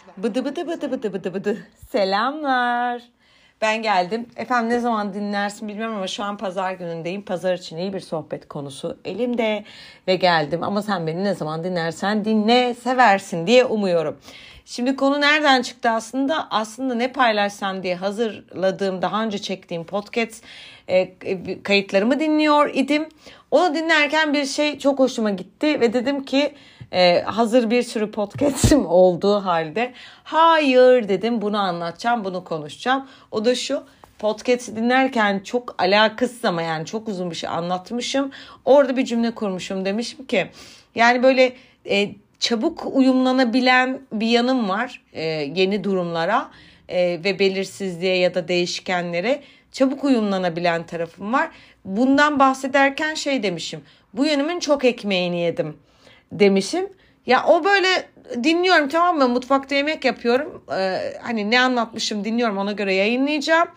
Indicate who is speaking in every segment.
Speaker 1: Bıdı bıdı bıdı bıdı bıdı bıdı. Selamlar. Ben geldim. Efendim ne zaman dinlersin bilmiyorum ama şu an pazar günündeyim. Pazar için iyi bir sohbet konusu elimde ve geldim. Ama sen beni ne zaman dinlersen dinle, seversin diye umuyorum. Şimdi konu nereden çıktı aslında? Aslında ne paylaşsam diye hazırladığım, daha önce çektiğim podcast kayıtlarımı dinliyor idim. Onu dinlerken bir şey çok hoşuma gitti ve dedim ki hazır bir sürü podcast'im olduğu halde hayır dedim, bunu anlatacağım, bunu konuşacağım. O da şu: podcast'i dinlerken çok alakasız ama yani çok uzun bir şey anlatmışım. Orada bir cümle kurmuşum, demişim ki yani böyle çabuk uyumlanabilen bir yanım var yeni durumlara ve belirsizliğe ya da değişkenlere çabuk uyumlanabilen tarafım var. Bundan bahsederken şey demişim: bu yönümün çok ekmeğini yedim demişim. Ya o böyle dinliyorum, tamam mı? Mutfakta yemek yapıyorum. Hani ne anlatmışım dinliyorum, ona göre yayınlayacağım.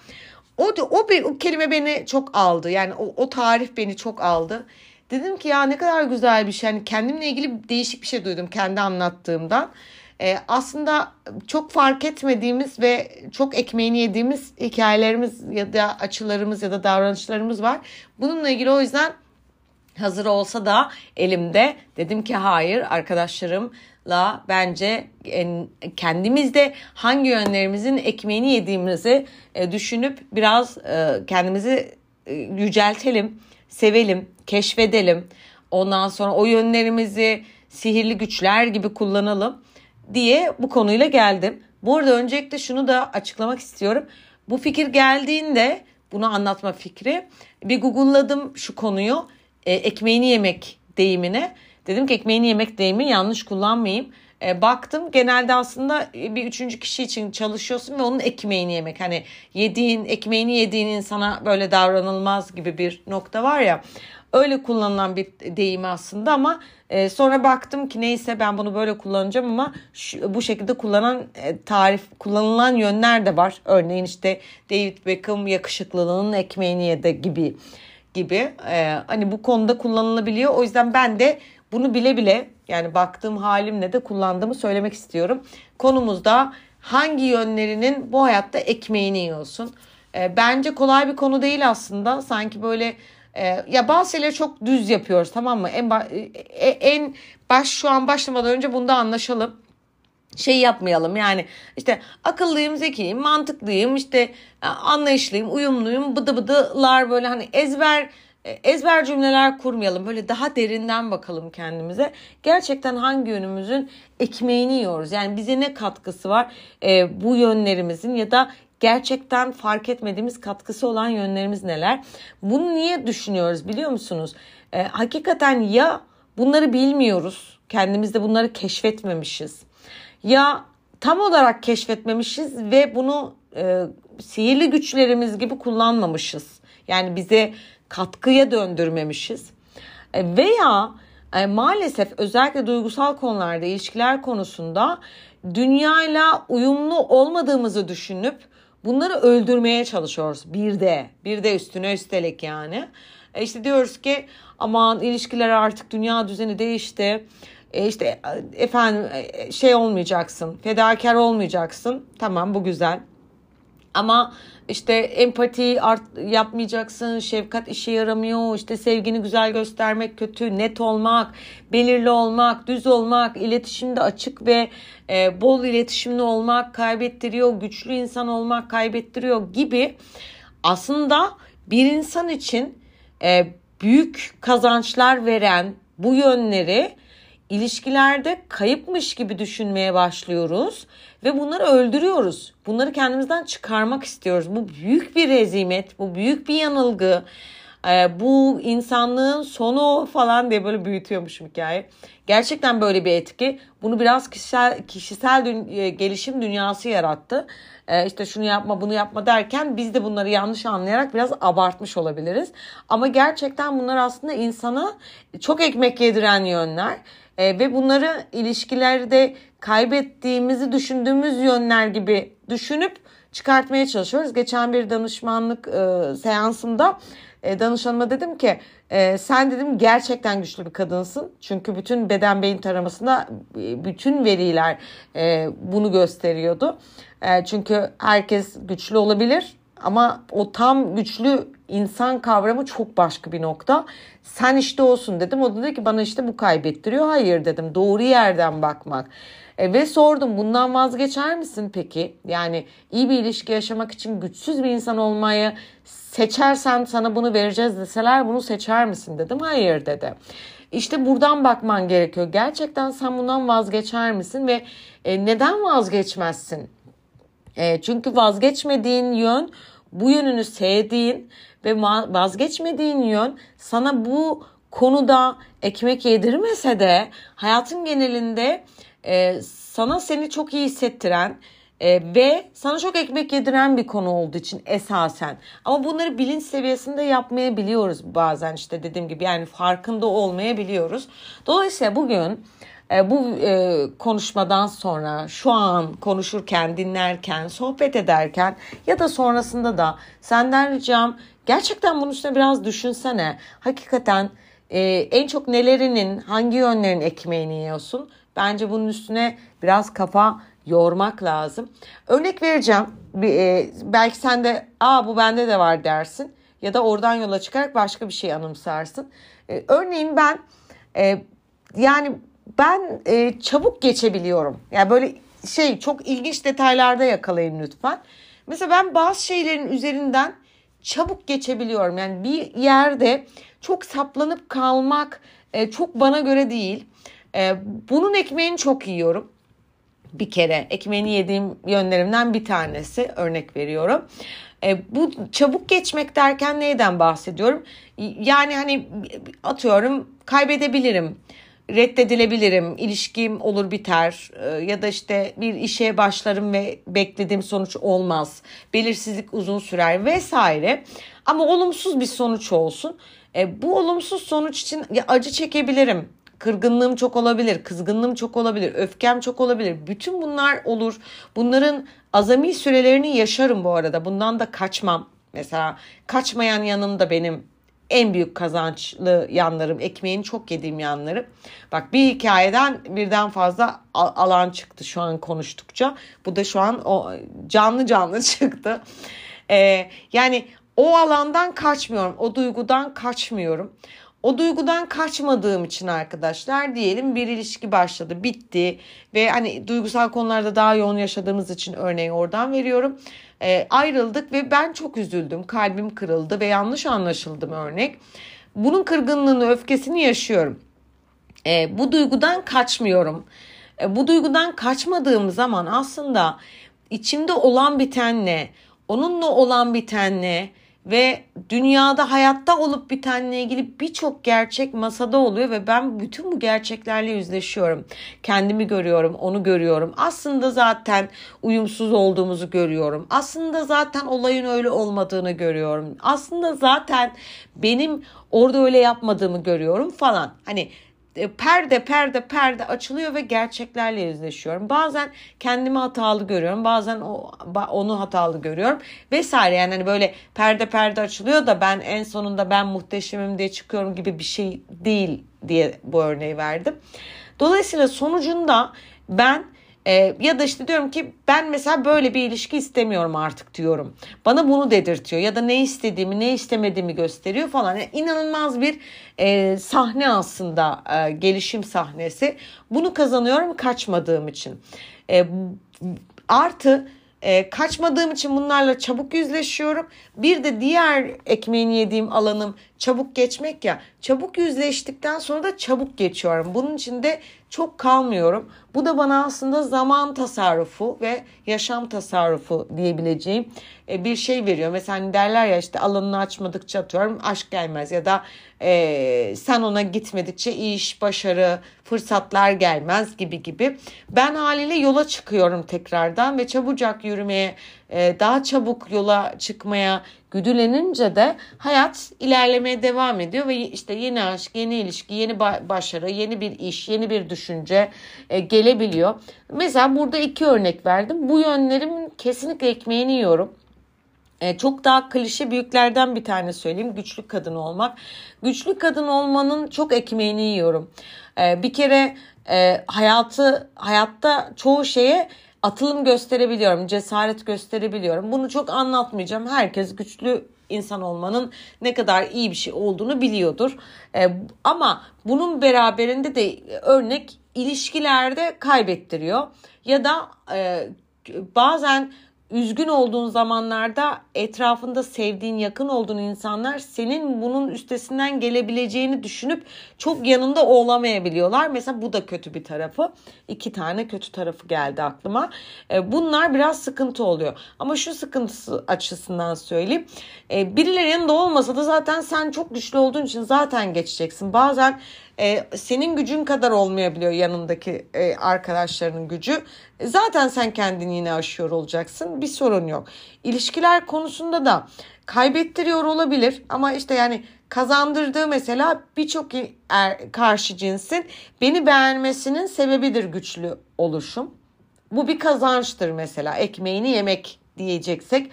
Speaker 1: O kelime beni çok aldı. Yani o tarif beni çok aldı. Dedim ki ya ne kadar güzel bir şey. Yani kendimle ilgili değişik bir şey duydum kendi anlattığımdan. Aslında çok fark etmediğimiz ve çok ekmeğini yediğimiz hikayelerimiz ya da açılarımız ya da davranışlarımız var. Bununla ilgili o yüzden hazır olsa da elimde, dedim ki hayır, arkadaşlarımla bence kendimizde hangi yönlerimizin ekmeğini yediğimizi düşünüp biraz kendimizi yüceltelim, sevelim, keşfedelim. Ondan sonra o yönlerimizi sihirli güçler gibi kullanalım diye bu konuyla geldim. Bu arada öncelikle şunu da açıklamak istiyorum. Bu fikir geldiğinde, bunu anlatma fikri, bir Google'ladım şu konuyu. Ekmeğini yemek deyimine. Dedim ki ekmeğini yemek deyimi yanlış kullanmayayım. Baktım genelde aslında bir üçüncü kişi için çalışıyorsun ve onun ekmeğini yemek. Hani ekmeğini yediğin insana böyle davranılmaz gibi bir nokta var ya. Öyle kullanılan bir deyimi aslında ama sonra baktım ki neyse, ben bunu böyle kullanacağım ama bu şekilde kullanılan yönler de var. Örneğin işte David Beckham yakışıklılığının ekmeğini yedi gibi hani bu konuda kullanılabiliyor. O yüzden ben de bunu bile bile, yani baktığım halimle de kullandığımı söylemek istiyorum. Konumuzda hangi yönlerinin bu hayatta ekmeğini yiyorsun? Bence kolay bir konu değil aslında. Sanki böyle ya bazı şeyleri çok düz yapıyoruz, tamam mı? Şu an başlamadan önce bunda anlaşalım. Şey yapmayalım yani, işte akıllıyım, zekiyim, mantıklıyım, işte anlayışlıyım, uyumluyum, bıdı bıdılar, böyle hani ezber cümleler kurmayalım. Böyle daha derinden bakalım kendimize. Gerçekten hangi yönümüzün ekmeğini yiyoruz? Yani bize ne katkısı var bu yönlerimizin, ya da gerçekten fark etmediğimiz katkısı olan yönlerimiz neler? Bunu niye düşünüyoruz biliyor musunuz? Hakikaten ya bunları bilmiyoruz, kendimizde bunları keşfetmemişiz, ya tam olarak keşfetmemişiz ve bunu sihirli güçlerimiz gibi kullanmamışız. Yani bize katkıya döndürmemişiz. Veya maalesef özellikle duygusal konularda, ilişkiler konusunda dünyayla uyumlu olmadığımızı düşünüp bunları öldürmeye çalışıyoruz. Bir de üstüne üstelik yani. İşte diyoruz ki aman ilişkiler, artık dünya düzeni değişti. İşte efendim şey olmayacaksın, fedakar olmayacaksın. Tamam, bu güzel. Ama işte empati yapmayacaksın, şefkat işe yaramıyor, işte sevgini güzel göstermek kötü, net olmak, belirli olmak, düz olmak, iletişimde açık ve bol iletişimli olmak kaybettiriyor, güçlü insan olmak kaybettiriyor gibi. Aslında bir insan için büyük kazançlar veren bu yönleri ilişkilerde kayıpmış gibi düşünmeye başlıyoruz ve bunları öldürüyoruz. Bunları kendimizden çıkarmak istiyoruz. Bu büyük bir hezimet, bu büyük bir yanılgı. Bu insanlığın sonu falan diye böyle büyütüyormuşum hikaye. Gerçekten böyle bir etki. Bunu biraz kişisel gelişim dünyası yarattı. İşte şunu yapma, bunu yapma derken biz de bunları yanlış anlayarak biraz abartmış olabiliriz. Ama gerçekten bunlar aslında insana çok ekmek yediren yönler. Ve bunları ilişkilerde kaybettiğimizi düşündüğümüz yönler gibi düşünüp çıkartmaya çalışıyoruz. Geçen bir danışmanlık seansımda danışanıma dedim ki sen dedim gerçekten güçlü bir kadınsın. Çünkü bütün beden beyin taramasında bütün veriler bunu gösteriyordu. Çünkü herkes güçlü olabilir ama o tam güçlü insan kavramı çok başka bir nokta. Sen işte olsun dedim. O da dedi ki bana işte bu kaybettiriyor. Hayır dedim, doğru yerden bakmak. Ve sordum, bundan vazgeçer misin peki? Yani iyi bir ilişki yaşamak için güçsüz bir insan olmayı seçersen sana bunu vereceğiz deseler bunu seçer misin dedim. Hayır dedi. İşte buradan bakman gerekiyor. Gerçekten sen bundan vazgeçer misin ve neden vazgeçmezsin? Çünkü vazgeçmediğin yön, bu yönünü sevdiğin ve vazgeçmediğin yön sana bu konuda ekmek yedirmese de hayatın genelinde sana seni çok iyi hissettiren ve sana çok ekmek yediren bir konu olduğu için esasen. Ama bunları bilinç seviyesinde yapmayabiliyoruz bazen, işte dediğim gibi, yani farkında olmayabiliyoruz. Dolayısıyla bugün bu konuşmadan sonra, şu an konuşurken, dinlerken, sohbet ederken ya da sonrasında da senden ricam, gerçekten bunun üstüne biraz düşünsene. Hakikaten en çok nelerinin, hangi yönlerin ekmeğini yiyorsun? Bence bunun üstüne biraz kafa yormak lazım. Örnek vereceğim. Belki sen de bu bende de var dersin. Ya da oradan yola çıkarak başka bir şey anımsarsın. Örneğin ben çabuk geçebiliyorum. Yani böyle çok ilginç detaylarda yakalayın lütfen. Mesela ben bazı şeylerin üzerinden çabuk geçebiliyorum. Yani bir yerde çok saplanıp kalmak çok bana göre değil. Bunun ekmeğini çok yiyorum. Bir kere ekmeğini yediğim yönlerimden bir tanesi, örnek veriyorum. Bu çabuk geçmek derken neyden bahsediyorum? Yani hani atıyorum, kaybedebilirim, reddedilebilirim, ilişkim olur biter ya da işte bir işe başlarım ve beklediğim sonuç olmaz, belirsizlik uzun sürer vesaire, ama olumsuz bir sonuç olsun. Bu olumsuz sonuç için acı çekebilirim. Kırgınlığım çok olabilir, kızgınlığım çok olabilir, öfkem çok olabilir. Bütün bunlar olur. Bunların azami sürelerini yaşarım bu arada. Bundan da kaçmam. Mesela kaçmayan yanım da benim en büyük kazançlı yanlarım, ekmeğini çok yediğim yanlarım. Bak, bir hikayeden birden fazla alan çıktı şu an konuştukça. Bu da şu an o canlı canlı çıktı. Yani o alandan kaçmıyorum, o duygudan kaçmıyorum. O duygudan kaçmadığım için arkadaşlar, diyelim bir ilişki başladı, bitti ve hani duygusal konularda daha yoğun yaşadığımız için örneği oradan veriyorum. Ayrıldık ve ben çok üzüldüm, kalbim kırıldı ve yanlış anlaşıldım örnek. Bunun kırgınlığını, öfkesini yaşıyorum. Bu duygudan kaçmıyorum. Bu duygudan kaçmadığım zaman aslında içimde olan bitenle, onunla olan bitenle ve dünyada, hayatta olup bitenle ilgili birçok gerçek masada oluyor ve ben bütün bu gerçeklerle yüzleşiyorum. Kendimi görüyorum, onu görüyorum. Aslında zaten uyumsuz olduğumuzu görüyorum. Aslında zaten olayın öyle olmadığını görüyorum. Aslında zaten benim orada öyle yapmadığımı görüyorum falan. Hani perde açılıyor ve gerçeklerle yüzleşiyorum. Bazen kendimi hatalı görüyorum, bazen onu hatalı görüyorum vesaire. Yani hani böyle perde açılıyor da ben en sonunda ben muhteşemim diye çıkıyorum gibi bir şey değil diye bu örneği verdim. Dolayısıyla sonucunda ben ya da işte diyorum ki ben mesela böyle bir ilişki istemiyorum artık diyorum. Bana bunu dedirtiyor ya da ne istediğimi, ne istemediğimi gösteriyor falan. Yani inanılmaz bir sahne aslında, gelişim sahnesi. Bunu kazanıyorum kaçmadığım için. Artı kaçmadığım için bunlarla çabuk yüzleşiyorum. Bir de diğer ekmeğini yediğim alanım çabuk geçmek ya. Çabuk yüzleştikten sonra da çabuk geçiyorum. Bunun için de çok kalmıyorum. Bu da bana aslında zaman tasarrufu ve yaşam tasarrufu diyebileceğim bir şey veriyor. Mesela hani derler ya, işte alanını açmadıkça atıyorum aşk gelmez ya da sen ona gitmedikçe iş, başarı, fırsatlar gelmez gibi. Ben haliyle yola çıkıyorum tekrardan ve çabucak yürümeye, daha çabuk yola çıkmaya güdülenince de hayat ilerlemeye devam ediyor ve işte yeni aşk, yeni ilişki, yeni başarı, yeni bir iş, yeni bir düşünce gelebiliyor. Mesela burada 2 örnek verdim. Bu yönlerimin kesinlikle ekmeğini yiyorum. Çok daha klişe büyüklerden bir tane söyleyeyim. Güçlü kadın olmak. Güçlü kadın olmanın çok ekmeğini yiyorum. Bir kere hayatta çoğu şeye atılım gösterebiliyorum. Cesaret gösterebiliyorum. Bunu çok anlatmayacağım. Herkes güçlü insan olmanın ne kadar iyi bir şey olduğunu biliyordur. Ama bunun beraberinde de örnek ilişkilerde kaybettiriyor. Ya da bazen üzgün olduğun zamanlarda etrafında sevdiğin, yakın olduğun insanlar senin bunun üstesinden gelebileceğini düşünüp çok yanında olamayabiliyorlar. Mesela bu da kötü bir tarafı. 2 tane kötü tarafı geldi aklıma. Bunlar biraz sıkıntı oluyor. Ama şu sıkıntısı açısından söyleyeyim. Birileri yanında olmasa da zaten sen çok güçlü olduğun için zaten geçeceksin. Bazen senin gücün kadar olmayabiliyor yanındaki arkadaşlarının gücü. Zaten sen kendini yine aşıyor olacaksın. Bir sorun yok. İlişkiler konusunda da kaybettiriyor olabilir. Ama işte yani kazandırdığı mesela birçok karşı cinsin beni beğenmesinin sebebidir güçlü oluşum. Bu bir kazançtır mesela. Ekmeğini yemek diyeceksek.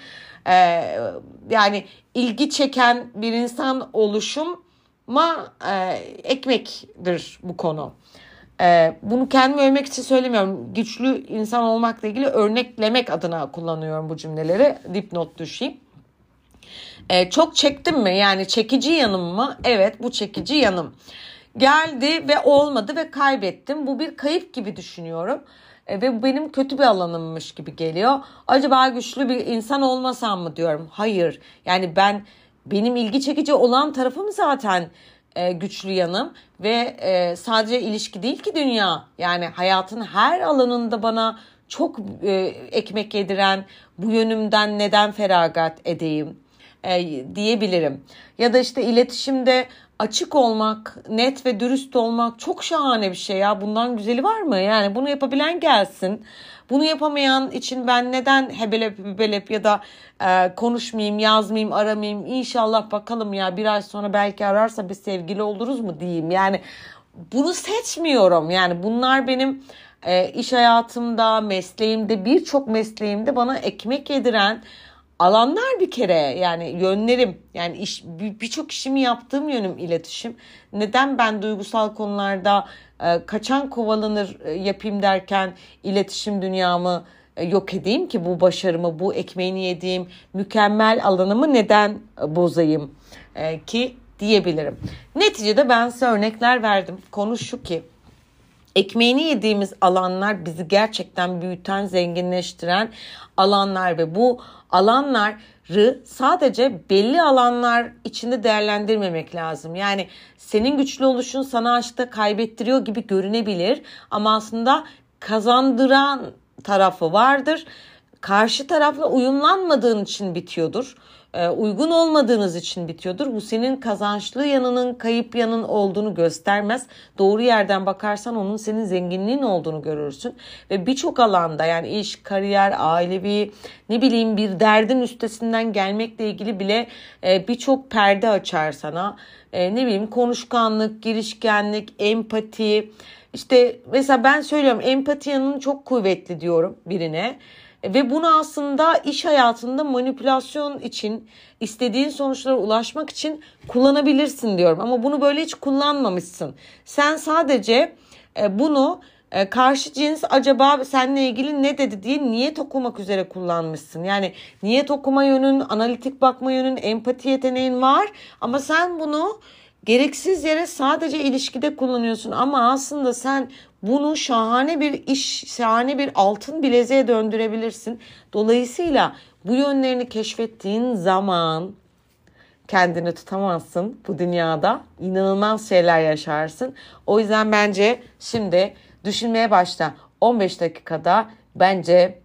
Speaker 1: Yani ilgi çeken bir insan oluşuma ekmektir bu konu. Bunu kendimi övmek için söylemiyorum. Güçlü insan olmakla ilgili örneklemek adına kullanıyorum bu cümleleri. Dipnot düşeyim. Çok çektim mi? Yani çekici yanım mı? Evet, bu çekici yanım. Geldi ve olmadı ve kaybettim. Bu bir kayıp gibi düşünüyorum. Ve bu benim kötü bir alanımmış gibi geliyor. Acaba güçlü bir insan olmasam mı diyorum. Hayır. Yani benim ilgi çekici olan tarafım zaten güçlü yanım ve sadece ilişki değil ki dünya. Yani hayatın her alanında bana çok ekmek yediren bu yönümden neden feragat edeyim diyebilirim. Ya da işte iletişimde açık olmak, net ve dürüst olmak çok şahane bir şey ya. Bundan güzeli var mı? Yani bunu yapabilen gelsin. Bunu yapamayan için ben neden hebelep ya da konuşmayayım, yazmayayım, aramayayım. İnşallah bakalım ya bir ay sonra belki ararsa bir sevgili oluruz mu diyeyim. Yani bunu seçmiyorum. Yani bunlar benim iş hayatımda, mesleğimde, birçok mesleğimde bana ekmek yediren alanlar bir kere, yani yönlerim, yani birçok işimi yaptığım yönüm iletişim. Neden ben duygusal konularda kaçan kovalanır yapayım derken iletişim dünyamı yok edeyim ki, bu başarımı, bu ekmeğini yediğim mükemmel alanımı neden bozayım ki diyebilirim. Neticede ben size örnekler verdim. Konu şu ki, ekmeğini yediğimiz alanlar bizi gerçekten büyüten, zenginleştiren alanlar ve bu alanları sadece belli alanlar içinde değerlendirmemek lazım. Yani senin güçlü oluşun sana aşkta kaybettiriyor gibi görünebilir ama aslında kazandıran tarafı vardır. Karşı tarafla uyumlanmadığın için bitiyordur. Uygun olmadığınız için bitiyordur. Bu senin kazançlı yanının, kayıp yanın olduğunu göstermez. Doğru yerden bakarsan onun senin zenginliğin olduğunu görürsün. Ve birçok alanda, yani iş, kariyer, ailevi, ne bileyim bir derdin üstesinden gelmekle ilgili bile birçok perde açar sana. Ne bileyim konuşkanlık, girişkenlik, empati. İşte mesela ben söylüyorum, empati yanının çok kuvvetli diyorum birine. Ve bunu aslında iş hayatında manipülasyon için, istediğin sonuçlara ulaşmak için kullanabilirsin diyorum. Ama bunu böyle hiç kullanmamışsın. Sen sadece bunu karşı cins acaba seninle ilgili ne dedi diye niyet okumak üzere kullanmışsın. Yani niyet okuma yönün, analitik bakma yönün, empati yeteneğin var. Ama sen bunu gereksiz yere sadece ilişkide kullanıyorsun. Ama aslında sen bunu şahane bir iş, şahane bir altın bileziğe döndürebilirsin. Dolayısıyla bu yönlerini keşfettiğin zaman kendini tutamazsın bu dünyada. İnanılmaz şeyler yaşarsın. O yüzden bence şimdi düşünmeye başla. 15 dakikada bence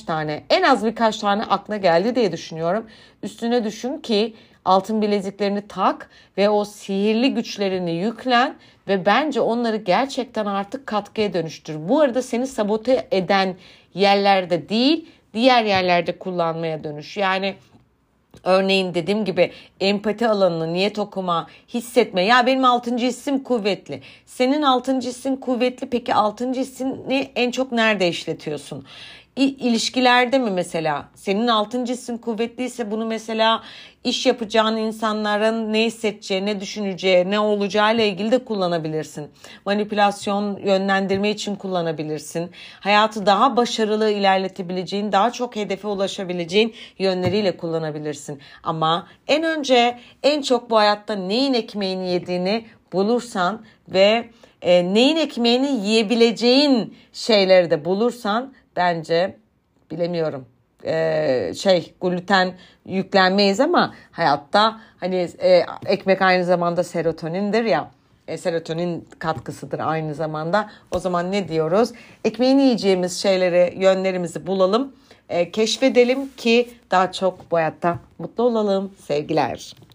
Speaker 1: en az birkaç tane aklına geldi diye düşünüyorum. Üstüne düşün ki altın bileziklerini tak ve o sihirli güçlerini yüklen ve bence onları gerçekten artık katkıya dönüştür. Bu arada seni sabote eden yerlerde değil, diğer yerlerde kullanmaya dönüş. Yani örneğin dediğim gibi empati alanını, niyet okuma, hissetme. Ya benim 6. hissim kuvvetli. Senin 6. hissin kuvvetli. Peki 6. hissini en çok nerede işletiyorsun? ilişkilerde mi mesela? Senin altıncı hissin kuvvetliyse bunu mesela iş yapacağın insanların ne hissedeceği, ne düşüneceği, ne olacağı ile ilgili de kullanabilirsin. Manipülasyon, yönlendirme için kullanabilirsin. Hayatı daha başarılı ilerletebileceğin, daha çok hedefe ulaşabileceğin yönleriyle kullanabilirsin. Ama en önce en çok bu hayatta neyin ekmeğini yediğini bulursan ve neyin ekmeğini yiyebileceğin şeyleri de bulursan bence bilemiyorum. Gluten yüklenmeyiz ama hayatta hani ekmek aynı zamanda serotonindir ya. Serotonin katkısıdır aynı zamanda. O zaman ne diyoruz? Ekmeğini yiyeceğimiz şeyleri, yönlerimizi bulalım. Keşfedelim ki daha çok bu hayatta mutlu olalım. Sevgiler.